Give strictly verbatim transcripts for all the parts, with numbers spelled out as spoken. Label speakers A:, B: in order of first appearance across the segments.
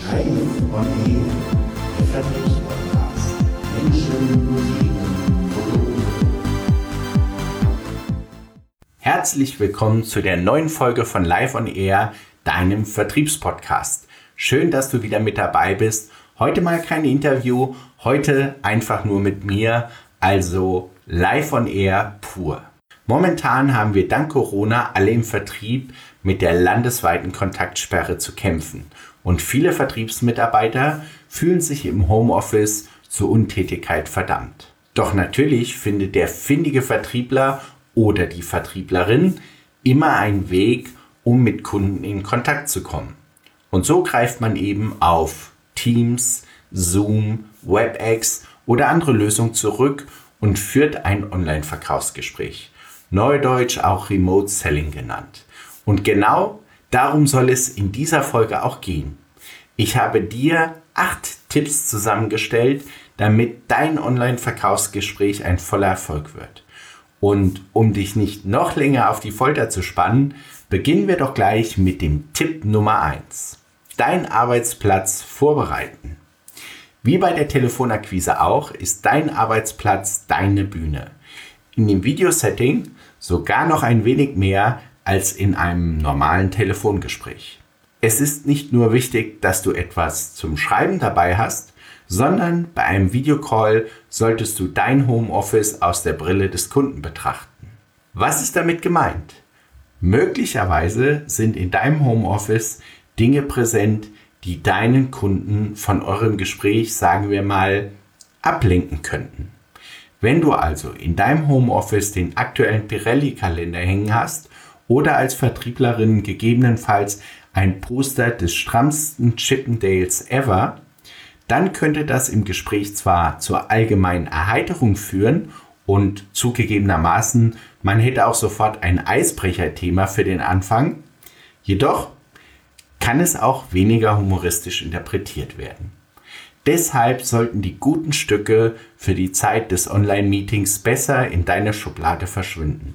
A: Live on Air, der Vertriebspodcast. Menschen, Themen, Produkte. Herzlich willkommen zu der neuen Folge von Live on Air, deinem Vertriebspodcast. Schön, dass du wieder mit dabei bist. Heute mal kein Interview, heute einfach nur mit mir, also Live on Air pur. Momentan haben wir dank Corona alle im Vertrieb mit der landesweiten Kontaktsperre zu kämpfen und viele Vertriebsmitarbeiter fühlen sich im Homeoffice zur Untätigkeit verdammt. Doch natürlich findet der findige Vertriebler oder die Vertrieblerin immer einen Weg, um mit Kunden in Kontakt zu kommen. Und so greift man eben auf Teams, Zoom, WebEx oder andere Lösungen zurück und führt ein Online-Verkaufsgespräch. Neudeutsch auch Remote Selling genannt. Und genau darum soll es in dieser Folge auch gehen. Ich habe dir acht Tipps zusammengestellt, damit dein Online-Verkaufsgespräch ein voller Erfolg wird. Und um dich nicht noch länger auf die Folter zu spannen, beginnen wir doch gleich mit dem Tipp Nummer eins. Dein Arbeitsplatz vorbereiten. Wie bei der Telefonakquise auch, ist dein Arbeitsplatz deine Bühne. In dem Videosetting sogar noch ein wenig mehr als in einem normalen Telefongespräch. Es ist nicht nur wichtig, dass du etwas zum Schreiben dabei hast, sondern bei einem Videocall solltest du dein Homeoffice aus der Brille des Kunden betrachten. Was ist damit gemeint? Möglicherweise sind in deinem Homeoffice Dinge präsent, die deinen Kunden von eurem Gespräch, sagen wir mal, ablenken könnten. Wenn du also in deinem Homeoffice den aktuellen Pirelli-Kalender hängen hast oder als Vertrieblerin gegebenenfalls ein Poster des strammsten Chippendales ever, dann könnte das im Gespräch zwar zur allgemeinen Erheiterung führen und zugegebenermaßen, man hätte auch sofort ein Eisbrecherthema für den Anfang, jedoch kann es auch weniger humoristisch interpretiert werden. Deshalb sollten die guten Stücke für die Zeit des Online-Meetings besser in deiner Schublade verschwinden.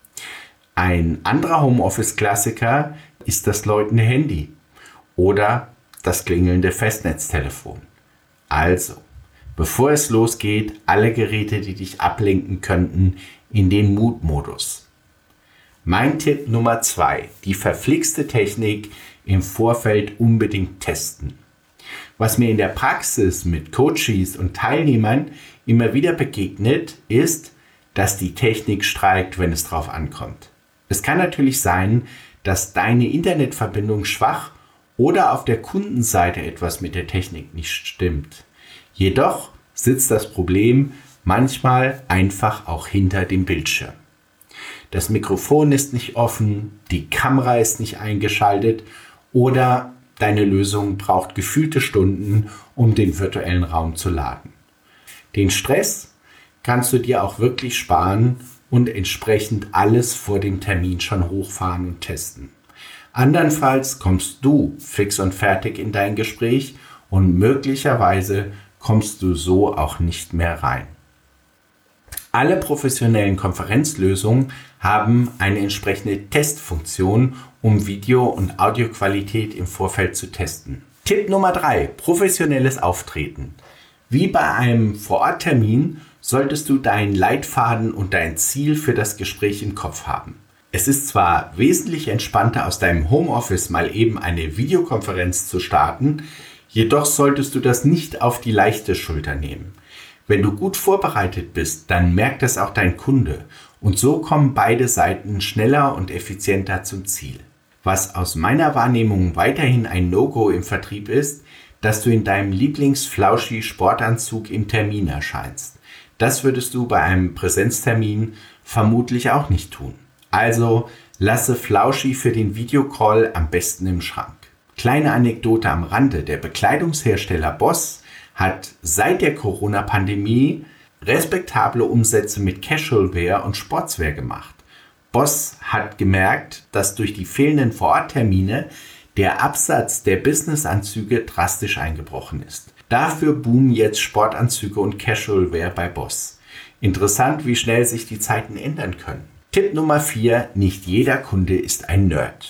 A: Ein anderer Homeoffice-Klassiker ist das läutende Handy oder das klingelnde Festnetztelefon. Also, bevor es losgeht, alle Geräte, die dich ablenken könnten, in den Mute-Modus. Mein Tipp Nummer zwei, die verflixte Technik im Vorfeld unbedingt testen. Was mir in der Praxis mit Coaches und Teilnehmern immer wieder begegnet, ist, dass die Technik streikt, wenn es drauf ankommt. Es kann natürlich sein, dass deine Internetverbindung schwach oder auf der Kundenseite etwas mit der Technik nicht stimmt. Jedoch sitzt das Problem manchmal einfach auch hinter dem Bildschirm. Das Mikrofon ist nicht offen, die Kamera ist nicht eingeschaltet oder deine Lösung braucht gefühlte Stunden, um den virtuellen Raum zu laden. Den Stress kannst du dir auch wirklich sparen und entsprechend alles vor dem Termin schon hochfahren und testen. Andernfalls kommst du fix und fertig in dein Gespräch und möglicherweise kommst du so auch nicht mehr rein. Alle professionellen Konferenzlösungen haben eine entsprechende Testfunktion, um Video- und Audioqualität im Vorfeld zu testen. Tipp Nummer drei. Professionelles Auftreten. Wie bei einem Vororttermin solltest du deinen Leitfaden und dein Ziel für das Gespräch im Kopf haben. Es ist zwar wesentlich entspannter, aus deinem Homeoffice mal eben eine Videokonferenz zu starten, jedoch solltest du das nicht auf die leichte Schulter nehmen. Wenn du gut vorbereitet bist, dann merkt es auch dein Kunde und so kommen beide Seiten schneller und effizienter zum Ziel. Was aus meiner Wahrnehmung weiterhin ein No-Go im Vertrieb ist, dass du in deinem Lieblings-Flauschi-Sportanzug im Termin erscheinst. Das würdest du bei einem Präsenztermin vermutlich auch nicht tun. Also lasse Flauschi für den Videocall am besten im Schrank. Kleine Anekdote am Rande: Der Bekleidungshersteller Boss hat seit der Corona-Pandemie respektable Umsätze mit Casual-Wear und Sportswear gemacht. Boss hat gemerkt, dass durch die fehlenden Vororttermine der Absatz der Businessanzüge drastisch eingebrochen ist. Dafür boomen jetzt Sportanzüge und Casual-Wear bei Boss. Interessant, wie schnell sich die Zeiten ändern können. Tipp Nummer vier. Nicht jeder Kunde ist ein Nerd.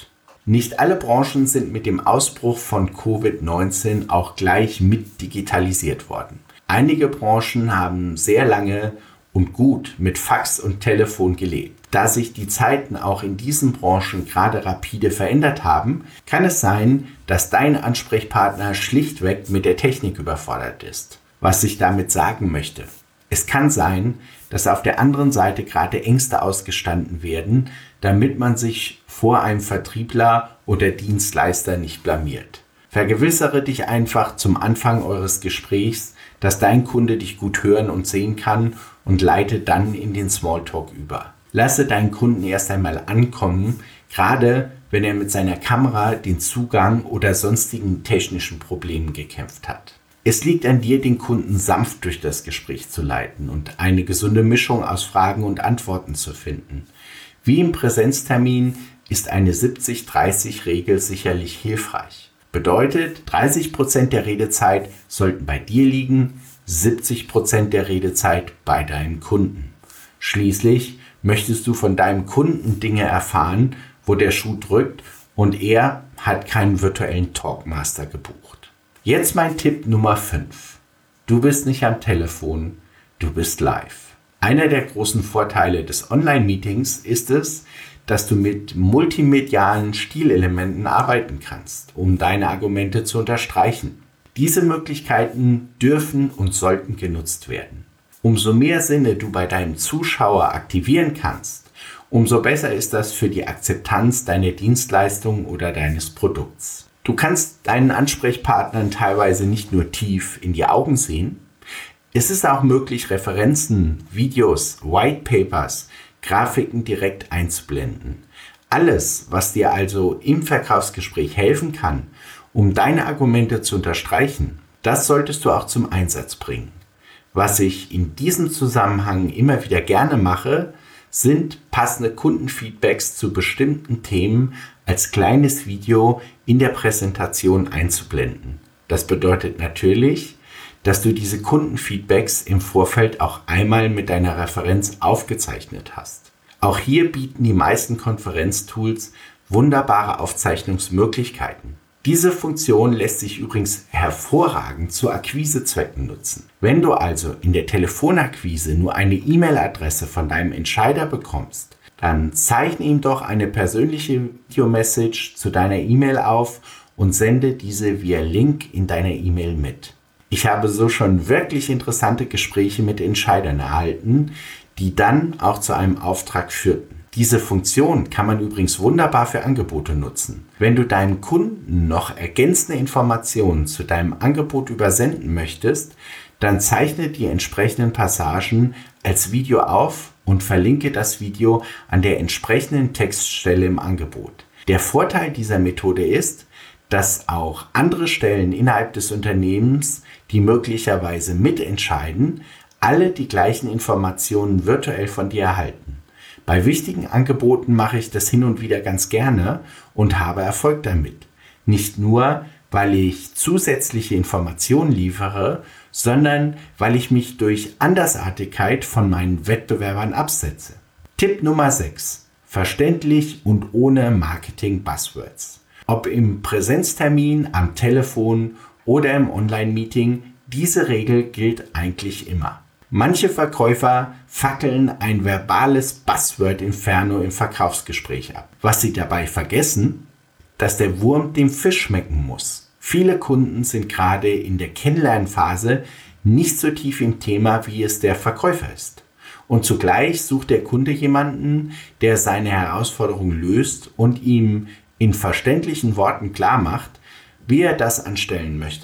A: Nicht alle Branchen sind mit dem Ausbruch von Covid neunzehn auch gleich mit digitalisiert worden. Einige Branchen haben sehr lange und gut mit Fax und Telefon gelebt. Da sich die Zeiten auch in diesen Branchen gerade rapide verändert haben, kann es sein, dass dein Ansprechpartner schlichtweg mit der Technik überfordert ist. Was ich damit sagen möchte: Es kann sein, dass auf der anderen Seite gerade Ängste ausgestanden werden, damit man sich vor einem Vertriebler oder Dienstleister nicht blamiert. Vergewissere dich einfach zum Anfang eures Gesprächs, dass dein Kunde dich gut hören und sehen kann, und leite dann in den Smalltalk über. Lasse deinen Kunden erst einmal ankommen, gerade wenn er mit seiner Kamera den Zugang oder sonstigen technischen Problemen gekämpft hat. Es liegt an dir, den Kunden sanft durch das Gespräch zu leiten und eine gesunde Mischung aus Fragen und Antworten zu finden. Wie im Präsenztermin ist eine siebzig dreißig Regel sicherlich hilfreich. Bedeutet, dreißig Prozent der Redezeit sollten bei dir liegen, siebzig Prozent der Redezeit bei deinem Kunden. Schließlich möchtest du von deinem Kunden Dinge erfahren, wo der Schuh drückt, und er hat keinen virtuellen Talkmaster gebucht. Jetzt mein Tipp Nummer fünf. Du bist nicht am Telefon, du bist live. Einer der großen Vorteile des Online-Meetings ist es, dass du mit multimedialen Stilelementen arbeiten kannst, um deine Argumente zu unterstreichen. Diese Möglichkeiten dürfen und sollten genutzt werden. Umso mehr Sinne du bei deinem Zuschauer aktivieren kannst, umso besser ist das für die Akzeptanz deiner Dienstleistung oder deines Produkts. Du kannst deinen Ansprechpartnern teilweise nicht nur tief in die Augen sehen, es ist auch möglich, Referenzen, Videos, White Papers, Grafiken direkt einzublenden. Alles, was dir also im Verkaufsgespräch helfen kann, um deine Argumente zu unterstreichen, das solltest du auch zum Einsatz bringen. Was ich in diesem Zusammenhang immer wieder gerne mache, sind passende Kundenfeedbacks zu bestimmten Themen als kleines Video in der Präsentation einzublenden. Das bedeutet natürlich, dass du diese Kundenfeedbacks im Vorfeld auch einmal mit deiner Referenz aufgezeichnet hast. Auch hier bieten die meisten Konferenztools wunderbare Aufzeichnungsmöglichkeiten. Diese Funktion lässt sich übrigens hervorragend zu Akquisezwecken nutzen. Wenn du also in der Telefonakquise nur eine E-Mail-Adresse von deinem Entscheider bekommst, dann zeichne ihm doch eine persönliche Video-Message zu deiner E-Mail auf und sende diese via Link in deiner E-Mail mit. Ich habe so schon wirklich interessante Gespräche mit Entscheidern erhalten, die dann auch zu einem Auftrag führten. Diese Funktion kann man übrigens wunderbar für Angebote nutzen. Wenn du deinem Kunden noch ergänzende Informationen zu deinem Angebot übersenden möchtest, dann zeichne die entsprechenden Passagen als Video auf und verlinke das Video an der entsprechenden Textstelle im Angebot. Der Vorteil dieser Methode ist, dass auch andere Stellen innerhalb des Unternehmens, die möglicherweise mitentscheiden, alle die gleichen Informationen virtuell von dir erhalten. Bei wichtigen Angeboten mache ich das hin und wieder ganz gerne und habe Erfolg damit. Nicht nur, weil ich zusätzliche Informationen liefere, sondern weil ich mich durch Andersartigkeit von meinen Wettbewerbern absetze. Tipp Nummer sechs. Verständlich und ohne Marketing-Buzzwords. Ob im Präsenztermin, am Telefon oder im Online-Meeting, diese Regel gilt eigentlich immer. Manche Verkäufer fackeln ein verbales Buzzword-Inferno im Verkaufsgespräch ab. Was sie dabei vergessen, dass der Wurm dem Fisch schmecken muss. Viele Kunden sind gerade in der Kennenlernphase nicht so tief im Thema, wie es der Verkäufer ist. Und zugleich sucht der Kunde jemanden, der seine Herausforderung löst und ihm in verständlichen Worten klar macht, wie er das anstellen möchte.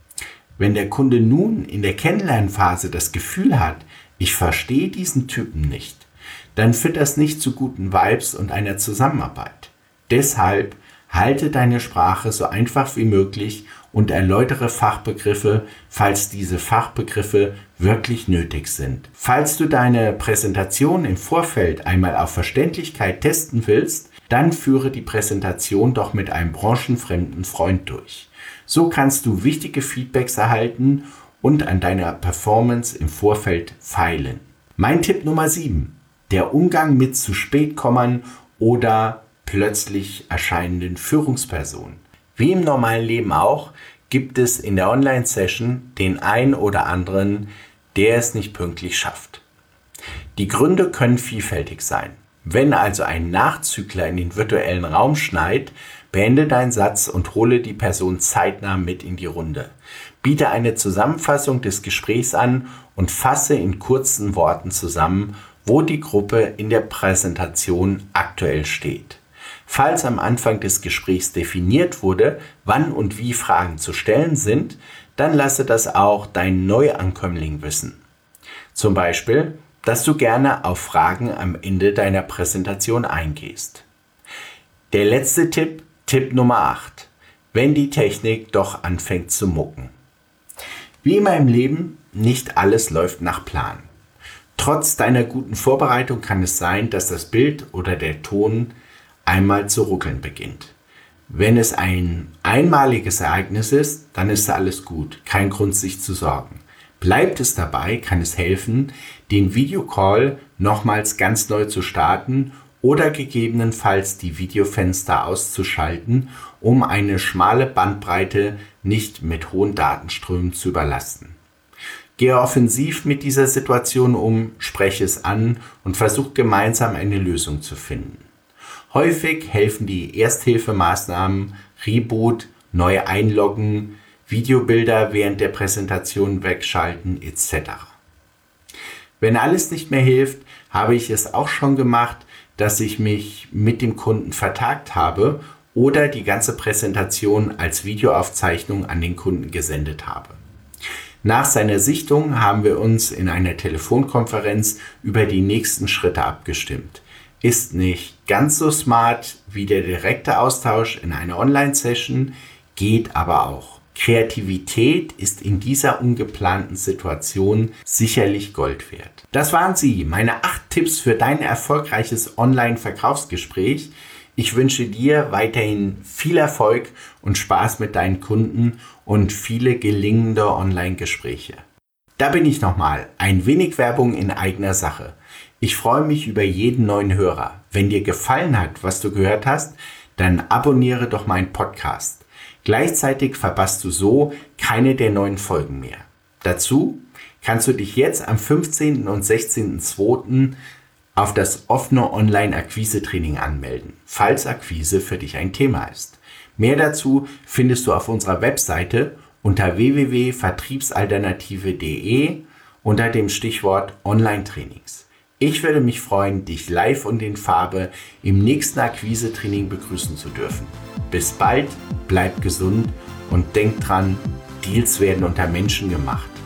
A: Wenn der Kunde nun in der Kennenlernphase das Gefühl hat, ich verstehe diesen Typen nicht, dann führt das nicht zu guten Vibes und einer Zusammenarbeit. Deshalb halte deine Sprache so einfach wie möglich und erläutere Fachbegriffe, falls diese Fachbegriffe wirklich nötig sind. Falls du deine Präsentation im Vorfeld einmal auf Verständlichkeit testen willst, dann führe die Präsentation doch mit einem branchenfremden Freund durch. So kannst du wichtige Feedbacks erhalten und an deiner Performance im Vorfeld feilen. Mein Tipp Nummer sieben. Der Umgang mit zu spät kommen oder plötzlich erscheinenden Führungsperson. Wie im normalen Leben auch, gibt es in der Online-Session den einen oder anderen, der es nicht pünktlich schafft. Die Gründe können vielfältig sein. Wenn also ein Nachzügler in den virtuellen Raum schneit, beende deinen Satz und hole die Person zeitnah mit in die Runde. Biete eine Zusammenfassung des Gesprächs an und fasse in kurzen Worten zusammen, wo die Gruppe in der Präsentation aktuell steht. Falls am Anfang des Gesprächs definiert wurde, wann und wie Fragen zu stellen sind, dann lasse das auch dein Neuankömmling wissen. Zum Beispiel, dass du gerne auf Fragen am Ende deiner Präsentation eingehst. Der letzte Tipp, Tipp Nummer acht. Wenn die Technik doch anfängt zu mucken. Wie immer im Leben, nicht alles läuft nach Plan. Trotz deiner guten Vorbereitung kann es sein, dass das Bild oder der Ton einmal zu ruckeln beginnt. Wenn es ein einmaliges Ereignis ist, dann ist alles gut, kein Grund sich zu sorgen. Bleibt es dabei, kann es helfen, den Videocall nochmals ganz neu zu starten oder gegebenenfalls die Videofenster auszuschalten, um eine schmale Bandbreite nicht mit hohen Datenströmen zu überlasten. Gehe offensiv mit dieser Situation um, spreche es an und versucht gemeinsam eine Lösung zu finden. Häufig helfen die Ersthilfemaßnahmen, Reboot, neu einloggen, Videobilder während der Präsentation wegschalten et cetera. Wenn alles nicht mehr hilft, habe ich es auch schon gemacht, dass ich mich mit dem Kunden vertagt habe oder die ganze Präsentation als Videoaufzeichnung an den Kunden gesendet habe. Nach seiner Sichtung haben wir uns in einer Telefonkonferenz über die nächsten Schritte abgestimmt. Ist nicht ganz so smart wie der direkte Austausch in einer Online-Session, geht aber auch. Kreativität ist in dieser ungeplanten Situation sicherlich Gold wert. Das waren sie, meine acht Tipps für dein erfolgreiches Online-Verkaufsgespräch. Ich wünsche dir weiterhin viel Erfolg und Spaß mit deinen Kunden und viele gelingende Online-Gespräche. Da bin ich nochmal, ein wenig Werbung in eigener Sache. Ich freue mich über jeden neuen Hörer. Wenn dir gefallen hat, was du gehört hast, dann abonniere doch meinen Podcast. Gleichzeitig verpasst du so keine der neuen Folgen mehr. Dazu kannst du dich jetzt am fünfzehnten und sechzehnten zweiten auf das offene Online-Akquise-Training anmelden, falls Akquise für dich ein Thema ist. Mehr dazu findest du auf unserer Webseite unter w w w punkt vertriebsalternative punkt de unter dem Stichwort Online-Trainings. Ich würde mich freuen, dich live und in Farbe im nächsten Akquise-Training begrüßen zu dürfen. Bis bald, bleib gesund und denk dran, Deals werden unter Menschen gemacht.